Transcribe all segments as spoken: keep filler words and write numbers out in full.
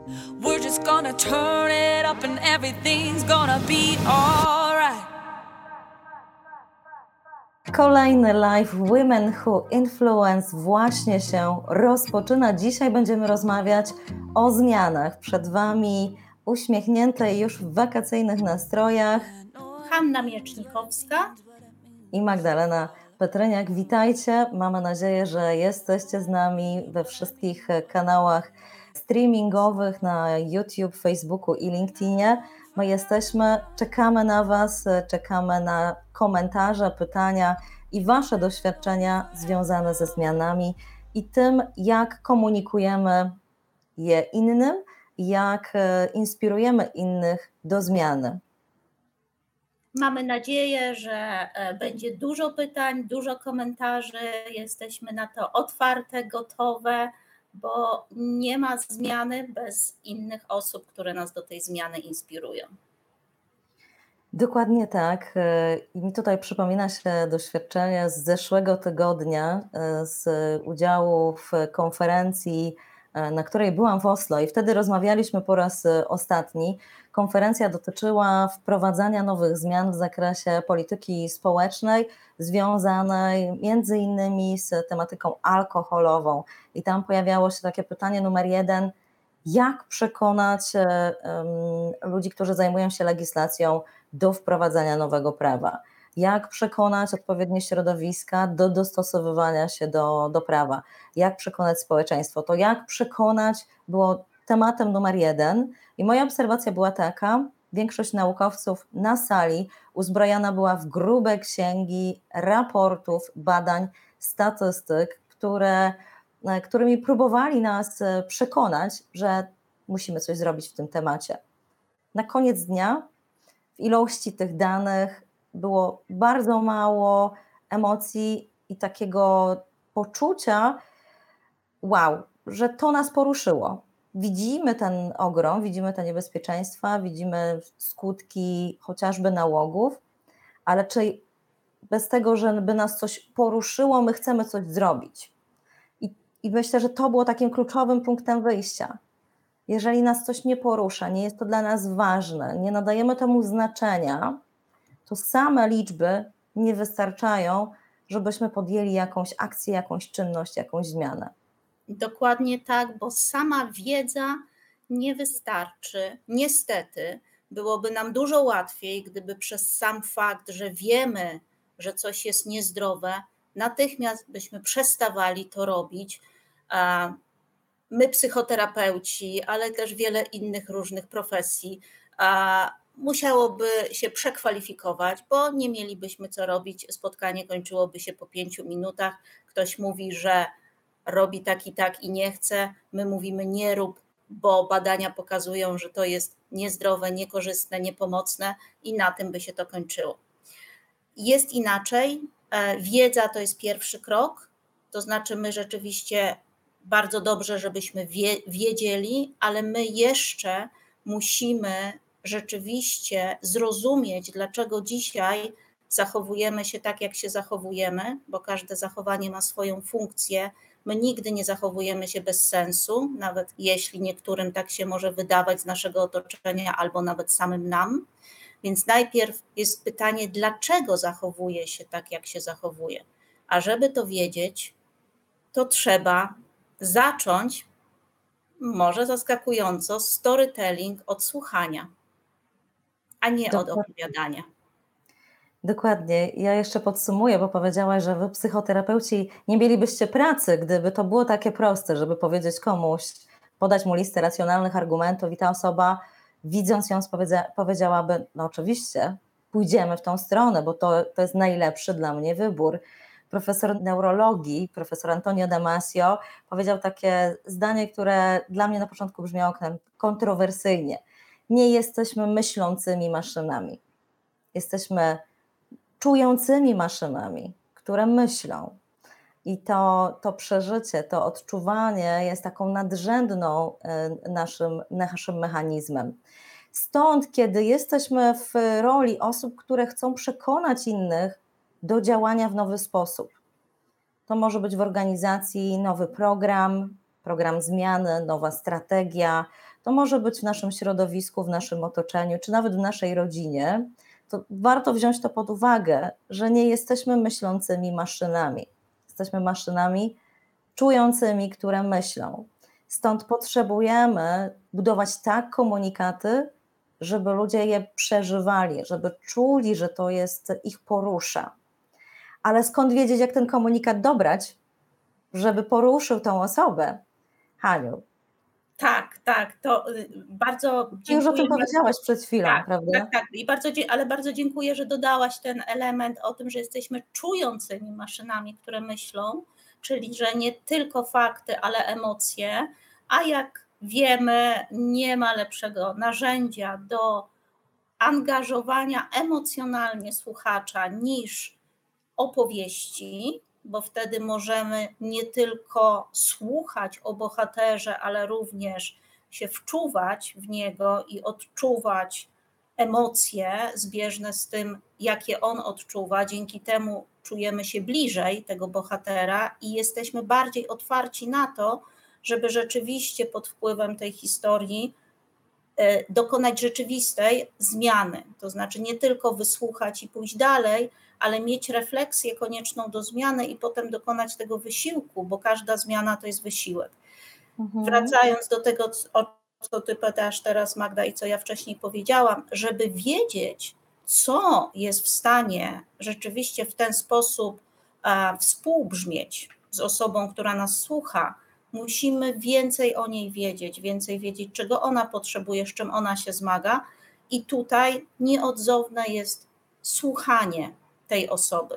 We're just gonna turn it up and everything's gonna be alright. Kolejny live Women Who Influence właśnie się rozpoczyna. Dzisiaj będziemy rozmawiać o zmianach. Przed Wami uśmiechnięte już w wakacyjnych nastrojach Hanna Miecznikowska i Magdalena Petryniak. Witajcie. Mamy nadzieję, że jesteście z nami we wszystkich kanałach streamingowych na YouTube, Facebooku i LinkedInie. My jesteśmy, czekamy na Was, czekamy na komentarze, pytania i Wasze doświadczenia związane ze zmianami i tym, jak komunikujemy je innym, jak inspirujemy innych do zmiany. Mamy nadzieję, że będzie dużo pytań, dużo komentarzy. Jesteśmy na to otwarte, gotowe, bo nie ma zmiany bez innych osób, które nas do tej zmiany inspirują. Dokładnie tak. I mi tutaj przypomina się doświadczenie z zeszłego tygodnia z udziału w konferencji, na której byłam w Oslo i wtedy rozmawialiśmy po raz ostatni. Konferencja dotyczyła wprowadzania nowych zmian w zakresie polityki społecznej związanej między innymi z tematyką alkoholową. I tam pojawiało się takie pytanie numer jeden, jak przekonać um, ludzi, którzy zajmują się legislacją do wprowadzania nowego prawa. Jak przekonać odpowiednie środowiska do dostosowywania się do, do prawa, jak przekonać społeczeństwo. To jak przekonać było tematem numer jeden i moja obserwacja była taka, większość naukowców na sali uzbrojona była w grube księgi raportów, badań, statystyk, które, którymi próbowali nas przekonać, że musimy coś zrobić w tym temacie. Na koniec dnia w ilości tych danych było bardzo mało emocji i takiego poczucia, wow, że to nas poruszyło. Widzimy ten ogrom, widzimy te niebezpieczeństwa, widzimy skutki chociażby nałogów, ale czy bez tego, żeby nas coś poruszyło, my chcemy coś zrobić? I, i myślę, że to było takim kluczowym punktem wyjścia. Jeżeli nas coś nie porusza, nie jest to dla nas ważne, nie nadajemy temu znaczenia, to same liczby nie wystarczają, żebyśmy podjęli jakąś akcję, jakąś czynność, jakąś zmianę. Dokładnie tak, bo sama wiedza nie wystarczy. Niestety byłoby nam dużo łatwiej, gdyby przez sam fakt, że wiemy, że coś jest niezdrowe, natychmiast byśmy przestawali to robić. My psychoterapeuci, ale też wiele innych różnych profesji musiałoby się przekwalifikować, bo nie mielibyśmy co robić, spotkanie kończyłoby się po pięciu minutach, ktoś mówi, że robi tak i tak i nie chce, my mówimy nie rób, bo badania pokazują, że to jest niezdrowe, niekorzystne, niepomocne i na tym by się to kończyło. Jest inaczej, wiedza to jest pierwszy krok, to znaczy my rzeczywiście bardzo dobrze, żebyśmy wie, wiedzieli, ale my jeszcze musimy rzeczywiście zrozumieć, dlaczego dzisiaj zachowujemy się tak, jak się zachowujemy, bo każde zachowanie ma swoją funkcję. My nigdy nie zachowujemy się bez sensu, nawet jeśli niektórym tak się może wydawać z naszego otoczenia albo nawet samym nam. Więc najpierw jest pytanie, dlaczego zachowuje się tak, jak się zachowuje. A żeby to wiedzieć, to trzeba zacząć, może zaskakująco, storytelling od słuchania, a nie Dokładnie. od opowiadania. Dokładnie. Ja jeszcze podsumuję, bo powiedziałaś, że wy psychoterapeuci nie mielibyście pracy, gdyby to było takie proste, żeby powiedzieć komuś, podać mu listę racjonalnych argumentów i ta osoba, widząc ją, powiedziałaby, no oczywiście, pójdziemy w tą stronę, bo to, to jest najlepszy dla mnie wybór. Profesor neurologii, profesor Antonio Damasio powiedział takie zdanie, które dla mnie na początku brzmiało kontrowersyjnie. Nie jesteśmy myślącymi maszynami. Jesteśmy czującymi maszynami, które myślą. I to, to przeżycie, to odczuwanie jest taką nadrzędną naszym, naszym mechanizmem. Stąd, kiedy jesteśmy w roli osób, które chcą przekonać innych do działania w nowy sposób. To może być w organizacji nowy program, program zmiany, nowa strategia. To może być w naszym środowisku, w naszym otoczeniu, czy nawet w naszej rodzinie. To warto wziąć to pod uwagę, że nie jesteśmy myślącymi maszynami. Jesteśmy maszynami czującymi, które myślą. Stąd potrzebujemy budować tak komunikaty, żeby ludzie je przeżywali, żeby czuli, że to jest, ich porusza. Ale skąd wiedzieć, jak ten komunikat dobrać, żeby poruszył tą osobę? Haniu. Tak, tak, to bardzo dziękuję. Już o tym powiedziałaś przed chwilą, tak, prawda? Tak, tak, I bardzo, ale bardzo dziękuję, że dodałaś ten element o tym, że jesteśmy czującymi maszynami, które myślą, czyli że nie tylko fakty, ale emocje, a jak wiemy, nie ma lepszego narzędzia do angażowania emocjonalnie słuchacza niż opowieści, bo wtedy możemy nie tylko słuchać o bohaterze, ale również się wczuwać w niego i odczuwać emocje zbieżne z tym, jakie on odczuwa. Dzięki temu czujemy się bliżej tego bohatera i jesteśmy bardziej otwarci na to, żeby rzeczywiście pod wpływem tej historii dokonać rzeczywistej zmiany. To znaczy nie tylko wysłuchać i pójść dalej, ale mieć refleksję konieczną do zmiany i potem dokonać tego wysiłku, bo każda zmiana to jest wysiłek. Mhm. Wracając do tego, o co ty pytasz teraz, Magda, i co ja wcześniej powiedziałam, żeby wiedzieć, co jest w stanie rzeczywiście w ten sposób a, współbrzmieć z osobą, która nas słucha, musimy więcej o niej wiedzieć, więcej wiedzieć, czego ona potrzebuje, z czym ona się zmaga i tutaj nieodzowne jest słuchanie tej osoby.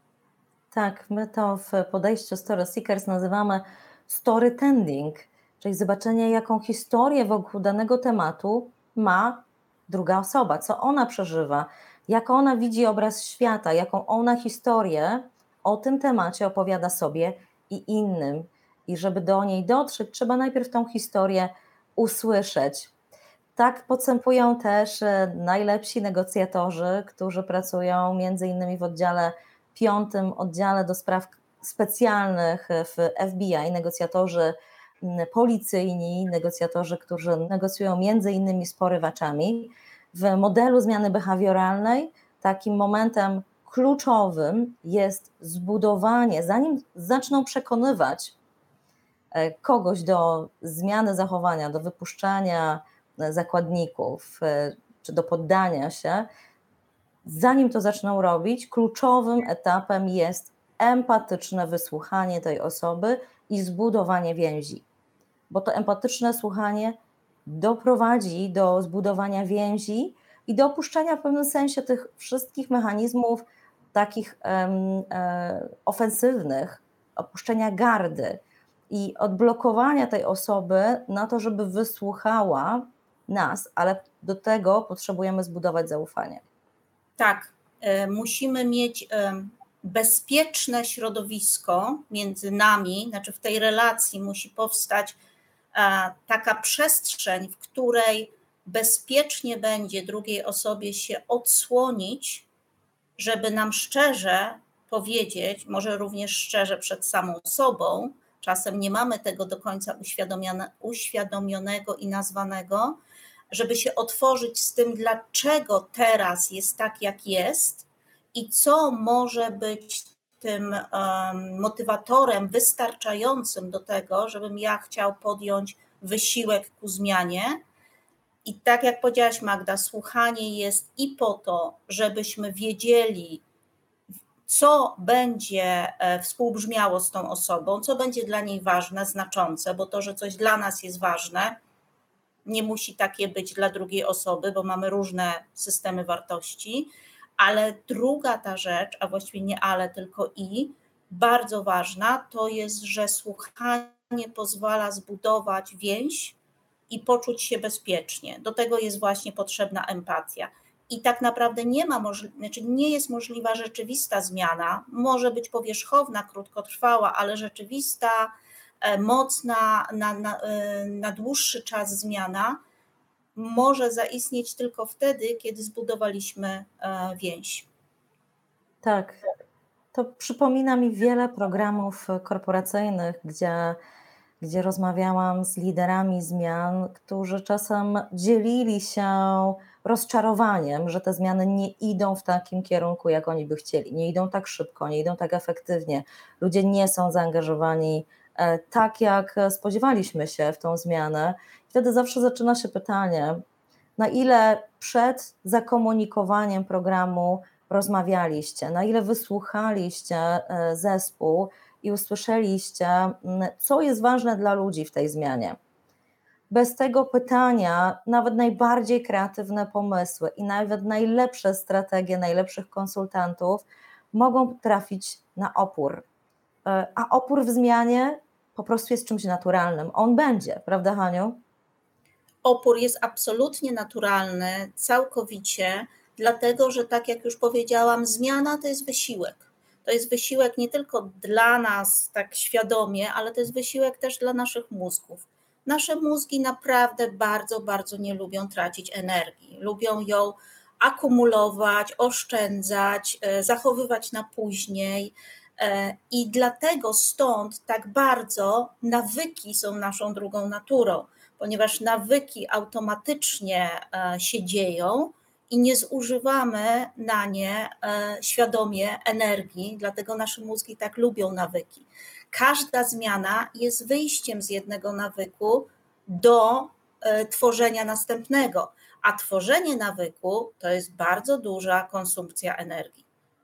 Tak, my to w podejściu Story Seekers nazywamy storytending, czyli zobaczenie, jaką historię wokół danego tematu ma druga osoba, co ona przeżywa, jak ona widzi obraz świata, jaką ona historię o tym temacie opowiada sobie i innym. I żeby do niej dotrzeć, trzeba najpierw tą historię usłyszeć. Tak postępują też najlepsi negocjatorzy, którzy pracują między innymi w oddziale piątym, oddziale do spraw specjalnych w F B I, negocjatorzy policyjni, negocjatorzy, którzy negocjują między innymi z porywaczami. W modelu zmiany behawioralnej takim momentem kluczowym jest zbudowanie, zanim zaczną przekonywać kogoś do zmiany zachowania, do wypuszczania zakładników, czy do poddania się, zanim to zaczną robić, kluczowym etapem jest empatyczne wysłuchanie tej osoby i zbudowanie więzi. Bo to empatyczne słuchanie doprowadzi do zbudowania więzi i do opuszczenia w pewnym sensie tych wszystkich mechanizmów takich um, e, ofensywnych, opuszczenia gardy i odblokowania tej osoby na to, żeby wysłuchała nas, ale do tego potrzebujemy zbudować zaufanie. Tak, y, musimy mieć y, bezpieczne środowisko między nami, znaczy w tej relacji musi powstać y, taka przestrzeń, w której bezpiecznie będzie drugiej osobie się odsłonić, żeby nam szczerze powiedzieć, może również szczerze przed samą sobą, czasem nie mamy tego do końca uświadomione, uświadomionego i nazwanego, żeby się otworzyć z tym, dlaczego teraz jest tak, jak jest i co może być tym um, motywatorem wystarczającym do tego, żebym ja chciał podjąć wysiłek ku zmianie. I tak jak powiedziałaś, Magda, słuchanie jest i po to, żebyśmy wiedzieli, co będzie współbrzmiało z tą osobą, co będzie dla niej ważne, znaczące, bo to, że coś dla nas jest ważne, nie musi takie być dla drugiej osoby, bo mamy różne systemy wartości, ale druga ta rzecz, a właściwie nie ale, tylko i, bardzo ważna, to jest, że słuchanie pozwala zbudować więź i poczuć się bezpiecznie. Do tego jest właśnie potrzebna empatia. I tak naprawdę nie ma możli- znaczy nie jest możliwa rzeczywista zmiana, może być powierzchowna, krótkotrwała, ale rzeczywista, mocna, na, na, na dłuższy czas zmiana może zaistnieć tylko wtedy, kiedy zbudowaliśmy więź. Tak, to przypomina mi wiele programów korporacyjnych, gdzie gdzie rozmawiałam z liderami zmian, którzy czasem dzielili się rozczarowaniem, że te zmiany nie idą w takim kierunku, jak oni by chcieli, nie idą tak szybko, nie idą tak efektywnie, ludzie nie są zaangażowani tak, jak spodziewaliśmy się w tą zmianę. Wtedy zawsze zaczyna się pytanie, na ile przed zakomunikowaniem programu rozmawialiście, na ile wysłuchaliście zespół i usłyszeliście, co jest ważne dla ludzi w tej zmianie. Bez tego pytania nawet najbardziej kreatywne pomysły i nawet najlepsze strategie najlepszych konsultantów mogą trafić na opór. A opór w zmianie po prostu jest czymś naturalnym. On będzie, prawda, Haniu? Opór jest absolutnie naturalny, całkowicie, dlatego że tak jak już powiedziałam, zmiana to jest wysiłek. To jest wysiłek nie tylko dla nas tak świadomie, ale to jest wysiłek też dla naszych mózgów. Nasze mózgi naprawdę bardzo, bardzo nie lubią tracić energii. Lubią ją akumulować, oszczędzać, zachowywać na później. I dlatego stąd tak bardzo nawyki są naszą drugą naturą, ponieważ nawyki automatycznie się dzieją i nie zużywamy na nie świadomie energii, dlatego nasze mózgi tak lubią nawyki. Każda zmiana jest wyjściem z jednego nawyku do tworzenia następnego, a tworzenie nawyku to jest bardzo duża konsumpcja energii.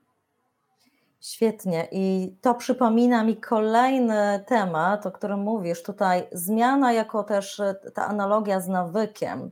Świetnie i to przypomina mi kolejny temat, o którym mówisz tutaj, zmiana jako też ta analogia z nawykiem,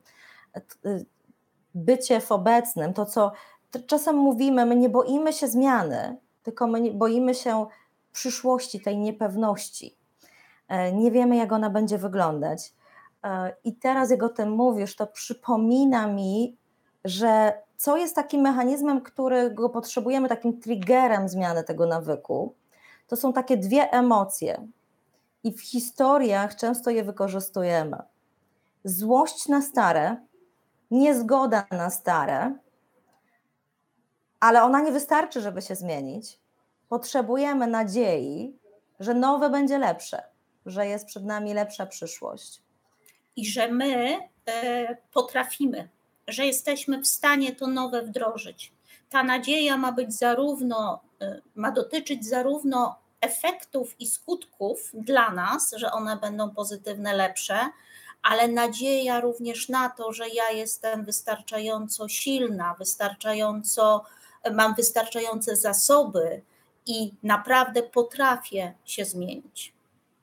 bycie w obecnym, to co czasem mówimy, my nie boimy się zmiany, tylko my boimy się przyszłości, tej niepewności. Nie wiemy, jak ona będzie wyglądać. I teraz jak o tym mówisz, to przypomina mi, że co jest takim mechanizmem, którego potrzebujemy, takim triggerem zmiany tego nawyku, to są takie dwie emocje i w historiach często je wykorzystujemy. Złość na stare, niezgoda na stare, ale ona nie wystarczy, żeby się zmienić. Potrzebujemy nadziei, że nowe będzie lepsze, że jest przed nami lepsza przyszłość. I że my potrafimy, że jesteśmy w stanie to nowe wdrożyć. Ta nadzieja ma być zarówno, ma dotyczyć zarówno efektów i skutków dla nas, że one będą pozytywne, lepsze, ale nadzieja również na to, że ja jestem wystarczająco silna, wystarczająco, mam wystarczające zasoby i naprawdę potrafię się zmienić.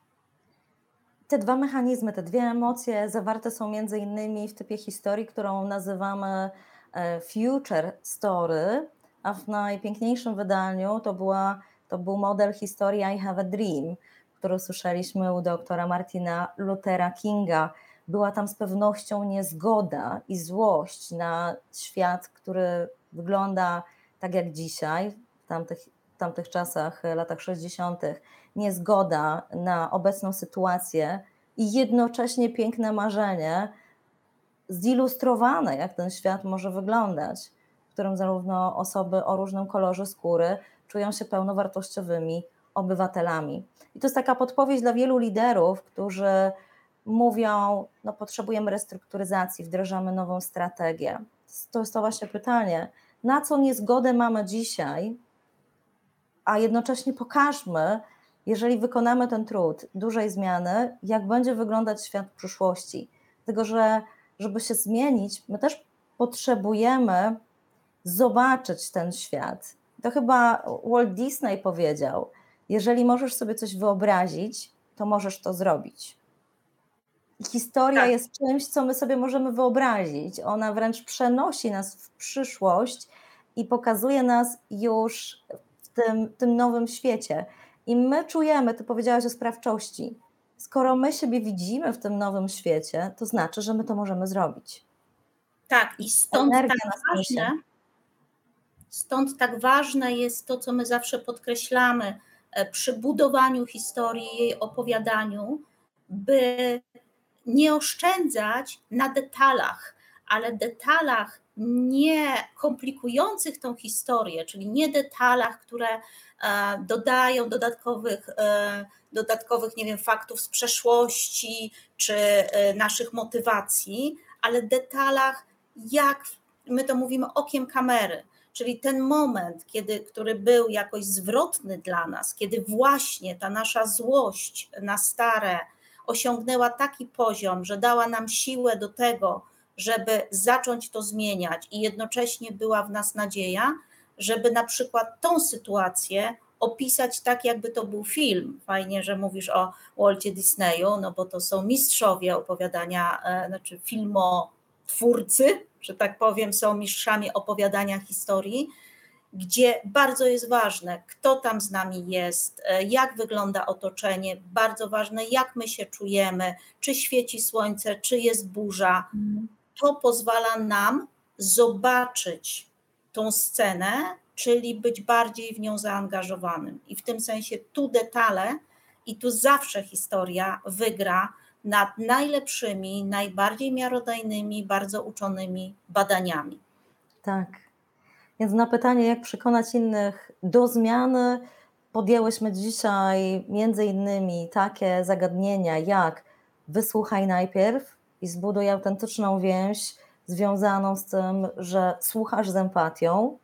Te dwa mechanizmy, te dwie emocje zawarte są między innymi w typie historii, którą nazywamy future story, a w najpiękniejszym wydaniu to, była, to był model historii I have a dream, który słyszeliśmy u doktora Martina Luthera Kinga. Była tam z pewnością niezgoda i złość na świat, który wygląda tak jak dzisiaj, w tamtych, w tamtych czasach, latach sześćdziesiątych. Niezgoda na obecną sytuację i jednocześnie piękne marzenie zilustrowane, jak ten świat może wyglądać, w którym zarówno osoby o różnym kolorze skóry czują się pełnowartościowymi obywatelami. I to jest taka podpowiedź dla wielu liderów, którzy mówią, no potrzebujemy restrukturyzacji, wdrażamy nową strategię. To jest to właśnie pytanie, na co niezgodę mamy dzisiaj, a jednocześnie pokażmy, jeżeli wykonamy ten trud dużej zmiany, jak będzie wyglądać świat w przyszłości. Dlatego, że żeby się zmienić, my też potrzebujemy zobaczyć ten świat. To chyba Walt Disney powiedział, jeżeli możesz sobie coś wyobrazić, to możesz to zrobić. Historia tak. jest czymś, co my sobie możemy wyobrazić. Ona wręcz przenosi nas w przyszłość i pokazuje nas już w tym, tym nowym świecie. I my czujemy, ty powiedziałaś o sprawczości, skoro my siebie widzimy w tym nowym świecie, to znaczy, że my to możemy zrobić. Tak, i stąd tak, ważne, stąd tak ważne jest to, co my zawsze podkreślamy przy budowaniu historii, jej opowiadaniu, by nie oszczędzać na detalach, ale detalach nie komplikujących tą historię, czyli nie detalach, które dodają dodatkowych, dodatkowych, nie wiem, faktów z przeszłości czy naszych motywacji, ale detalach, jak my to mówimy, okiem kamery, czyli ten moment, kiedy, który był jakoś zwrotny dla nas, kiedy właśnie ta nasza złość na stare osiągnęła taki poziom, że dała nam siłę do tego, żeby zacząć to zmieniać i jednocześnie była w nas nadzieja, żeby na przykład tą sytuację opisać tak, jakby to był film. Fajnie, że mówisz o Walcie Disneyu, no bo to są mistrzowie opowiadania, znaczy filmotwórcy, że tak powiem, są mistrzami opowiadania historii, gdzie bardzo jest ważne, kto tam z nami jest, jak wygląda otoczenie, bardzo ważne, jak my się czujemy, czy świeci słońce, czy jest burza. To pozwala nam zobaczyć tą scenę, czyli być bardziej w nią zaangażowanym. I w tym sensie tu detale i tu zawsze historia wygra nad najlepszymi, najbardziej miarodajnymi, bardzo uczonymi badaniami. Tak. Więc na pytanie, jak przekonać innych do zmiany, podjęłyśmy dzisiaj między innymi takie zagadnienia jak wysłuchaj najpierw i zbuduj autentyczną więź związaną z tym, że słuchasz z empatią,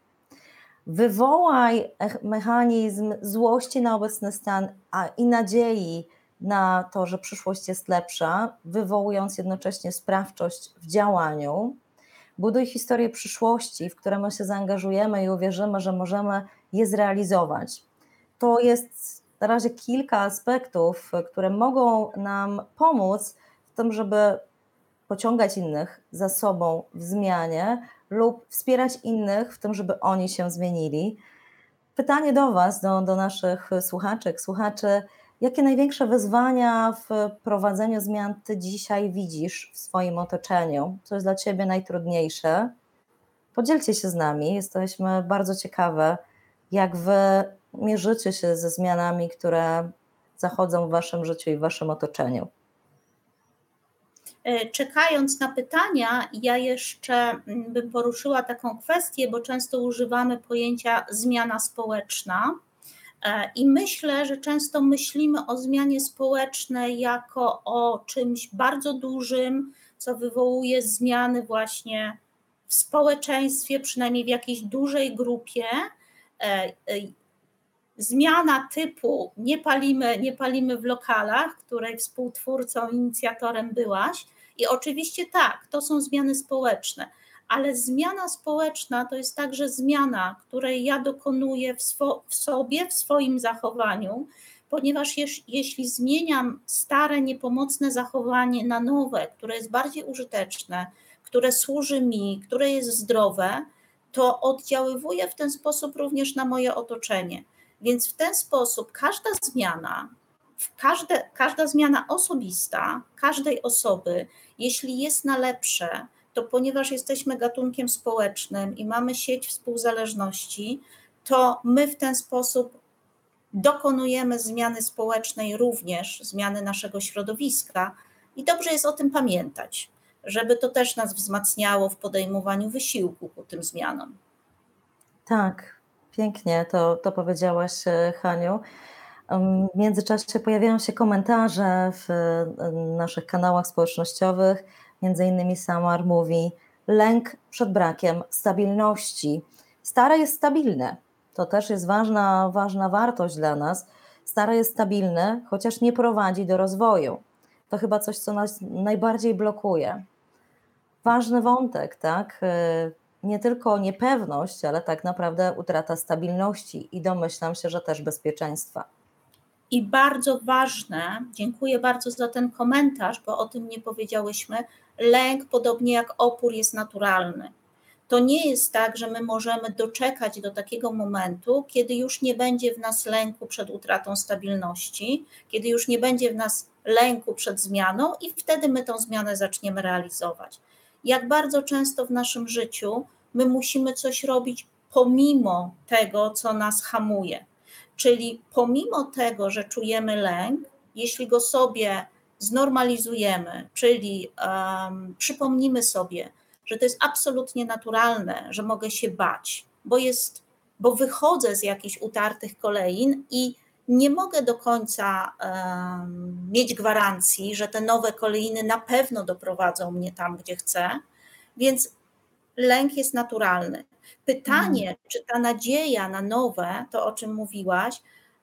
wywołaj mechanizm złości na obecny stan a i nadziei na to, że przyszłość jest lepsza, wywołując jednocześnie sprawczość w działaniu. Buduj historię przyszłości, w które my się zaangażujemy i uwierzymy, że możemy je zrealizować. To jest na razie kilka aspektów, które mogą nam pomóc w tym, żeby pociągać innych za sobą w zmianie lub wspierać innych w tym, żeby oni się zmienili. Pytanie do Was, do, do naszych słuchaczek, słuchaczy, jakie największe wyzwania w prowadzeniu zmian Ty dzisiaj widzisz w swoim otoczeniu? Co jest dla Ciebie najtrudniejsze? Podzielcie się z nami, jesteśmy bardzo ciekawe, jak Wy mierzycie się ze zmianami, które zachodzą w Waszym życiu i w Waszym otoczeniu. Czekając na pytania, ja jeszcze bym poruszyła taką kwestię, bo często używamy pojęcia zmiana społeczna i myślę, że często myślimy o zmianie społecznej jako o czymś bardzo dużym, co wywołuje zmiany właśnie w społeczeństwie, przynajmniej w jakiejś dużej grupie. Zmiana typu nie palimy, nie palimy w lokalach, której współtwórcą, inicjatorem byłaś. I oczywiście tak, to są zmiany społeczne, ale zmiana społeczna to jest także zmiana, której ja dokonuję w, swo, w sobie, w swoim zachowaniu, ponieważ jeż, jeśli zmieniam stare, niepomocne zachowanie na nowe, które jest bardziej użyteczne, które służy mi, które jest zdrowe, to oddziaływuje w ten sposób również na moje otoczenie. Więc w ten sposób każda zmiana, każde, każda zmiana osobista, każdej osoby, jeśli jest na lepsze, to ponieważ jesteśmy gatunkiem społecznym i mamy sieć współzależności, to my w ten sposób dokonujemy zmiany społecznej również, zmiany naszego środowiska i dobrze jest o tym pamiętać, żeby to też nas wzmacniało w podejmowaniu wysiłku ku tym zmianom. Tak. Pięknie to, to powiedziałaś, Haniu. W międzyczasie pojawiają się komentarze w naszych kanałach społecznościowych, między innymi Samar mówi, lęk przed brakiem stabilności. Stare jest stabilne, to też jest ważna, ważna wartość dla nas. Stare jest stabilne, chociaż nie prowadzi do rozwoju. To chyba coś, co nas najbardziej blokuje. Ważny wątek, tak? Nie tylko niepewność, ale tak naprawdę utrata stabilności i domyślam się, że też bezpieczeństwa. I bardzo ważne, dziękuję bardzo za ten komentarz, bo o tym nie powiedziałyśmy, lęk, podobnie jak opór, jest naturalny. To nie jest tak, że my możemy doczekać do takiego momentu, kiedy już nie będzie w nas lęku przed utratą stabilności, kiedy już nie będzie w nas lęku przed zmianą i wtedy my tą zmianę zaczniemy realizować. Jak bardzo często w naszym życiu my musimy coś robić pomimo tego, co nas hamuje. Czyli pomimo tego, że czujemy lęk, jeśli go sobie znormalizujemy, czyli um, przypomnimy sobie, że to jest absolutnie naturalne, że mogę się bać, bo jest, bo wychodzę z jakichś utartych kolein i nie mogę do końca um, mieć gwarancji, że te nowe kolejny na pewno doprowadzą mnie tam, gdzie chcę, więc lęk jest naturalny. Pytanie, mhm. czy ta nadzieja na nowe, to o czym mówiłaś,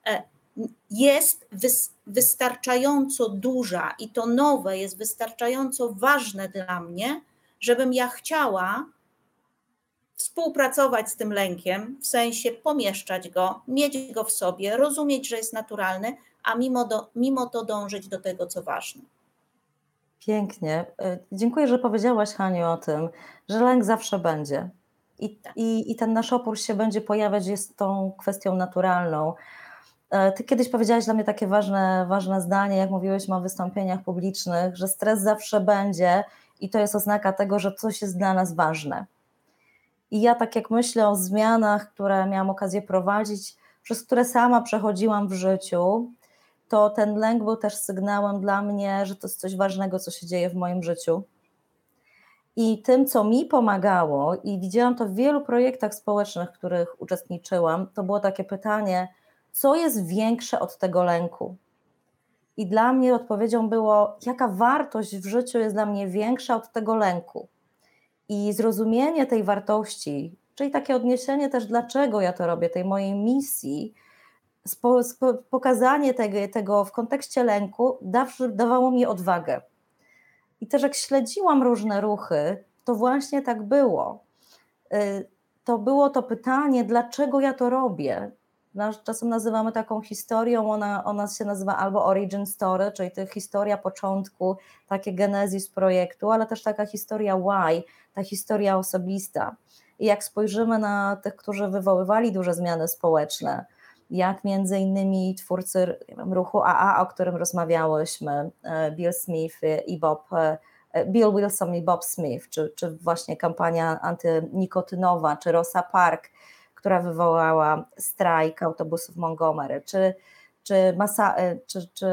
jest wystarczająco duża i to nowe jest wystarczająco ważne dla mnie, żebym ja chciała współpracować z tym lękiem, w sensie pomieszczać go, mieć go w sobie, rozumieć, że jest naturalny, a mimo, do, mimo to dążyć do tego, co ważne. Pięknie. Dziękuję, że powiedziałaś, Haniu, o tym, że lęk zawsze będzie. I, tak. i, i ten nasz opór się będzie pojawiać, jest tą kwestią naturalną. Ty kiedyś powiedziałaś dla mnie takie ważne, ważne zdanie, jak mówiłyśmy o wystąpieniach publicznych, że stres zawsze będzie i to jest oznaka tego, że coś jest dla nas ważne. I ja tak jak myślę o zmianach, które miałam okazję prowadzić, przez które sama przechodziłam w życiu, to ten lęk był też sygnałem dla mnie, że to jest coś ważnego, co się dzieje w moim życiu. I tym, co mi pomagało, i widziałam to w wielu projektach społecznych, w których uczestniczyłam, to było takie pytanie, co jest większe od tego lęku? I dla mnie odpowiedzią było, jaka wartość w życiu jest dla mnie większa od tego lęku? I zrozumienie tej wartości, czyli takie odniesienie też, dlaczego ja to robię, tej mojej misji, spo, spo, pokazanie tego, tego w kontekście lęku zawsze dawało mi odwagę. I też jak śledziłam różne ruchy, to właśnie tak było. To było to pytanie, dlaczego ja to robię? Czasem nazywamy taką historią, ona, ona się nazywa albo origin story, czyli to historia początku, takie genezis projektu, ale też taka historia why, ta historia osobista. I jak spojrzymy na tych, którzy wywoływali duże zmiany społeczne, jak między innymi twórcy ruchu A A, o którym rozmawiałyśmy, Bill Smith i Bob, Bill Wilson i Bob Smith, czy, czy właśnie kampania antynikotynowa, czy Rosa Parks, która wywołała strajk autobusów Montgomery, czy, czy, Masa, czy, czy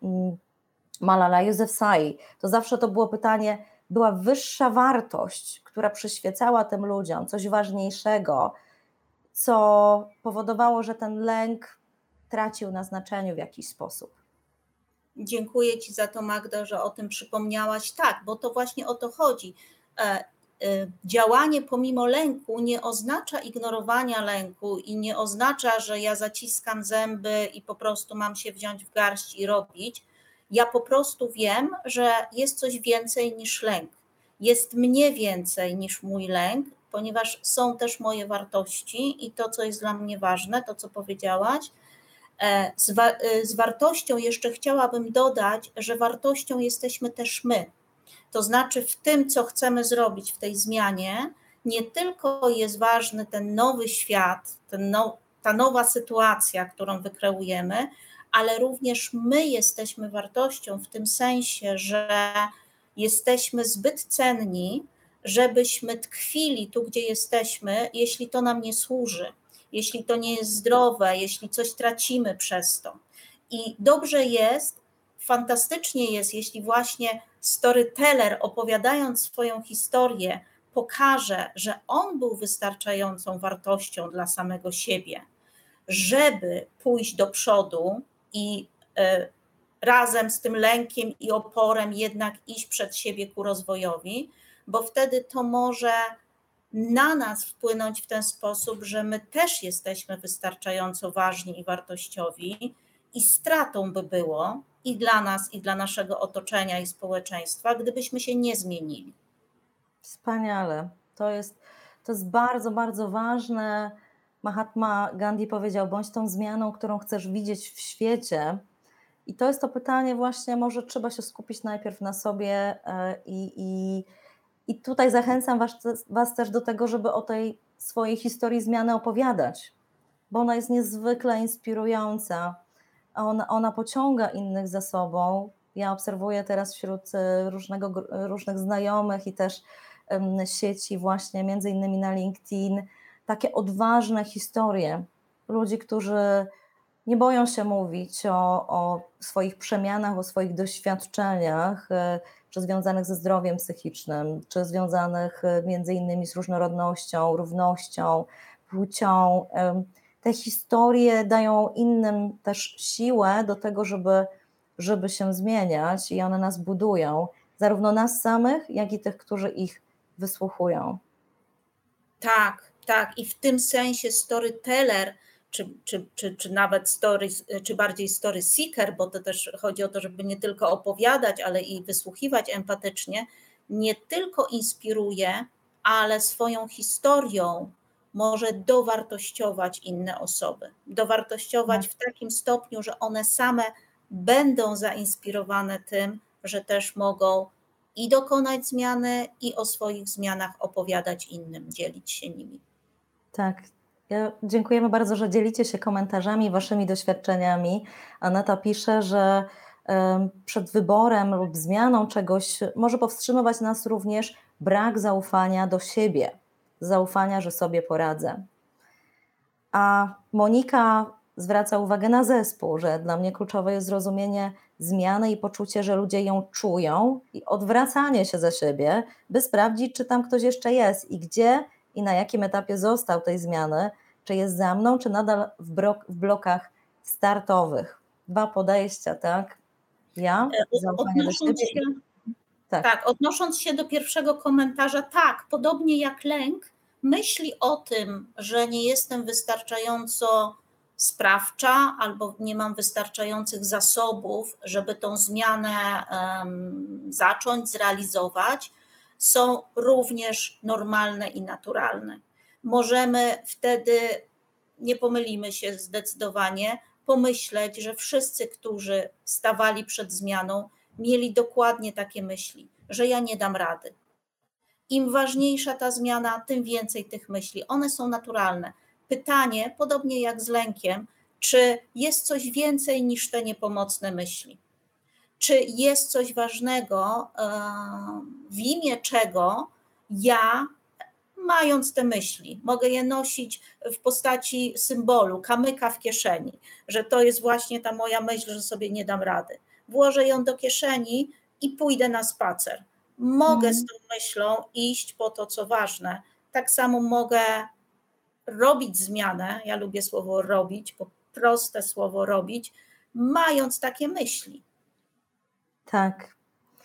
Malala Yousafzai, to zawsze to było pytanie, była wyższa wartość, która przyświecała tym ludziom, coś ważniejszego, co powodowało, że ten lęk tracił na znaczeniu w jakiś sposób. Dziękuję Ci za to, Magdo, że o tym przypomniałaś. Tak, bo to właśnie o to chodzi. Działanie pomimo lęku nie oznacza ignorowania lęku i nie oznacza, że ja zaciskam zęby i po prostu mam się wziąć w garść i robić. Ja po prostu wiem, że jest coś więcej niż lęk. Jest mnie więcej niż mój lęk, ponieważ są też moje wartości i to, co jest dla mnie ważne, to, co powiedziałaś. Z, wa- z wartością jeszcze chciałabym dodać, że wartością jesteśmy też my. To znaczy w tym, co chcemy zrobić w tej zmianie, nie tylko jest ważny ten nowy świat, ten now, ta nowa sytuacja, którą wykreujemy, ale również my jesteśmy wartością w tym sensie, że jesteśmy zbyt cenni, żebyśmy tkwili tu, gdzie jesteśmy, jeśli to nam nie służy, jeśli to nie jest zdrowe, jeśli coś tracimy przez to. I dobrze jest, fantastycznie jest, jeśli właśnie storyteller, opowiadając swoją historię, pokaże, że on był wystarczającą wartością dla samego siebie, żeby pójść do przodu i y, razem z tym lękiem i oporem jednak iść przed siebie ku rozwojowi, bo wtedy to może na nas wpłynąć w ten sposób, że my też jesteśmy wystarczająco ważni i wartościowi i stratą by było i dla nas, i dla naszego otoczenia i społeczeństwa, gdybyśmy się nie zmienili. Wspaniale. To jest, to jest bardzo, bardzo ważne. Mahatma Gandhi powiedział, bądź tą zmianą, którą chcesz widzieć w świecie. I to jest to pytanie właśnie, może trzeba się skupić najpierw na sobie i, i, i tutaj zachęcam was, was też do tego, żeby o tej swojej historii zmiany opowiadać, bo ona jest niezwykle inspirująca. Ona, ona pociąga innych za sobą. Ja obserwuję teraz wśród różnego, różnych znajomych i też um, sieci właśnie, między innymi na LinkedIn, takie odważne historie ludzi, którzy nie boją się mówić o, o swoich przemianach, o swoich doświadczeniach, czy związanych ze zdrowiem psychicznym, czy związanych między innymi z różnorodnością, równością, płcią. Te historie dają innym też siłę do tego, żeby, żeby się zmieniać i one nas budują, zarówno nas samych, jak i tych, którzy ich wysłuchują. Tak, tak i w tym sensie storyteller, czy, czy, czy, czy nawet story, czy bardziej story seeker, bo to też chodzi o to, żeby nie tylko opowiadać, ale i wysłuchiwać empatycznie, nie tylko inspiruje, ale swoją historią może dowartościować inne osoby. Dowartościować w takim stopniu, że one same będą zainspirowane tym, że też mogą i dokonać zmiany, i o swoich zmianach opowiadać innym, dzielić się nimi. Tak. Ja dziękujemy bardzo, że dzielicie się komentarzami, waszymi doświadczeniami. Aneta pisze, że przed wyborem lub zmianą czegoś może powstrzymywać nas również brak zaufania do siebie, zaufania, że sobie poradzę. A Monika zwraca uwagę na zespół, że dla mnie kluczowe jest zrozumienie zmiany i poczucie, że ludzie ją czują i odwracanie się za siebie, by sprawdzić, czy tam ktoś jeszcze jest i gdzie i na jakim etapie został tej zmiany, czy jest za mną, czy nadal w, brok, w blokach startowych. Dwa podejścia, tak? Ja, zaufanie do siebie. Się, tak. tak, odnosząc się do pierwszego komentarza, tak, podobnie jak lęk, myśli o tym, że nie jestem wystarczająco sprawcza albo nie mam wystarczających zasobów, żeby tą zmianę um, zacząć, zrealizować, są również normalne i naturalne. Możemy wtedy, nie pomylimy się zdecydowanie, pomyśleć, że wszyscy, którzy stawali przed zmianą, mieli dokładnie takie myśli, że ja nie dam rady. Im ważniejsza ta zmiana, tym więcej tych myśli. One są naturalne. Pytanie, podobnie jak z lękiem, czy jest coś więcej niż te niepomocne myśli? Czy jest coś ważnego, w imię czego ja, mając te myśli, mogę je nosić w postaci symbolu, kamyka w kieszeni, że to jest właśnie ta moja myśl, że sobie nie dam rady. Włożę ją do kieszeni i pójdę na spacer. Mogę mm. z tą myślą iść po to, co ważne. Tak samo mogę robić zmianę, ja lubię słowo robić, bo proste słowo robić, mając takie myśli. Tak.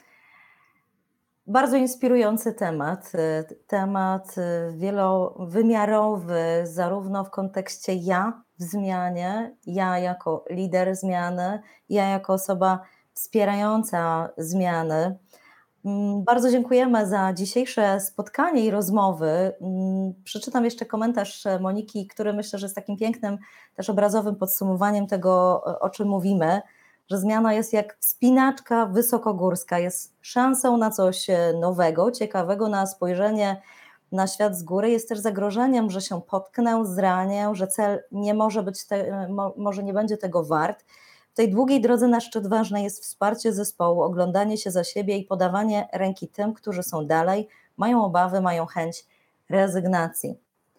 Bardzo inspirujący temat, temat wielowymiarowy, zarówno w kontekście ja w zmianie, ja jako lider zmiany, ja jako osoba wspierająca zmiany. Bardzo dziękujemy za dzisiejsze spotkanie i rozmowy. Przeczytam jeszcze komentarz Moniki, który myślę, że jest takim pięknym, też obrazowym podsumowaniem tego, o czym mówimy, że zmiana jest jak wspinaczka wysokogórska, jest szansą na coś nowego, ciekawego, na spojrzenie na świat z góry, jest też zagrożeniem, że się potknę, zranię, że cel nie może być, te, może nie będzie tego wart. W tej długiej drodze na szczyt ważne jest wsparcie zespołu, oglądanie się za siebie i podawanie ręki tym, którzy są dalej, mają obawy, mają chęć rezygnacji.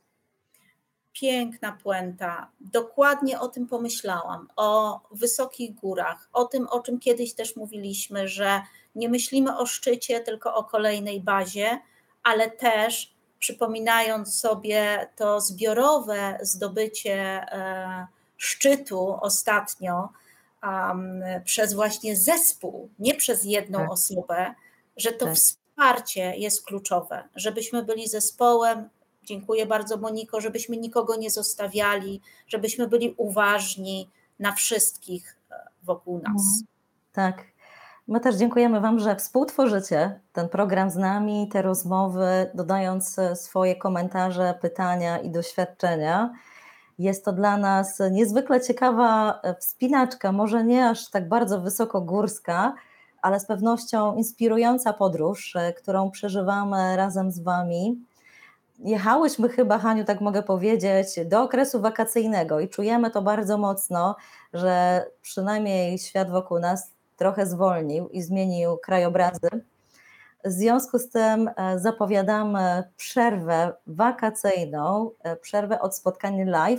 Piękna puenta. Dokładnie o tym pomyślałam, o wysokich górach, o tym, o czym kiedyś też mówiliśmy, że nie myślimy o szczycie, tylko o kolejnej bazie, ale też przypominając sobie to zbiorowe zdobycie szczytu ostatnio um, przez właśnie zespół, nie przez jedną tak. osobę, że to tak. wsparcie jest kluczowe, żebyśmy byli zespołem. Dziękuję bardzo, Moniko, żebyśmy nikogo nie zostawiali, żebyśmy byli uważni na wszystkich wokół nas. Tak. My też dziękujemy Wam, że współtworzycie ten program z nami, te rozmowy, dodając swoje komentarze, pytania i doświadczenia. Jest to dla nas niezwykle ciekawa wspinaczka, może nie aż tak bardzo wysokogórska, ale z pewnością inspirująca podróż, którą przeżywamy razem z Wami. Jechałyśmy chyba, Haniu, tak mogę powiedzieć, do okresu wakacyjnego i czujemy to bardzo mocno, że przynajmniej świat wokół nas trochę zwolnił i zmienił krajobrazy. W związku z tym zapowiadamy przerwę wakacyjną, przerwę od spotkań live,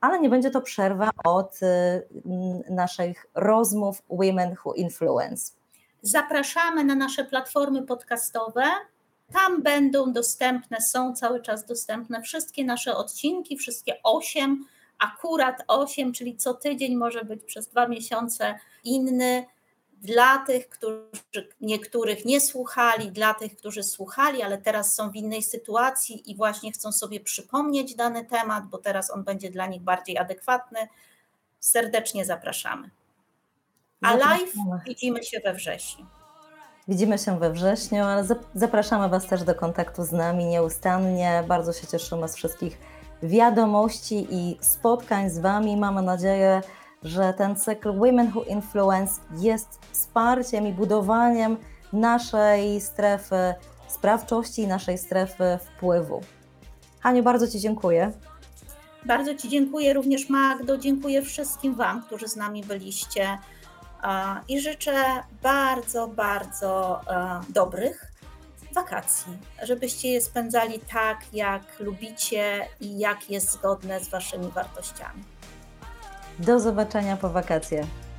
ale nie będzie to przerwa od naszych rozmów Women Who Influence. Zapraszamy na nasze platformy podcastowe. Tam będą dostępne, są cały czas dostępne wszystkie nasze odcinki, wszystkie osiem, akurat osiem, czyli co tydzień może być przez dwa miesiące inny. Dla tych, którzy niektórych nie słuchali, dla tych, którzy słuchali, ale teraz są w innej sytuacji i właśnie chcą sobie przypomnieć dany temat, bo teraz on będzie dla nich bardziej adekwatny. Serdecznie zapraszamy. A live widzimy się we wrześniu. Widzimy się we wrześniu, ale zapraszamy Was też do kontaktu z nami nieustannie. Bardzo się cieszymy z wszystkich wiadomości i spotkań z Wami. Mamy nadzieję, że ten cykl Women Who Influence jest wsparciem i budowaniem naszej strefy sprawczości i naszej strefy wpływu. Haniu, bardzo Ci dziękuję. Bardzo Ci dziękuję również, Magdo. Dziękuję wszystkim Wam, którzy z nami byliście i życzę bardzo, bardzo dobrych wakacji, żebyście je spędzali tak, jak lubicie i jak jest zgodne z Waszymi wartościami. Do zobaczenia po wakacjach.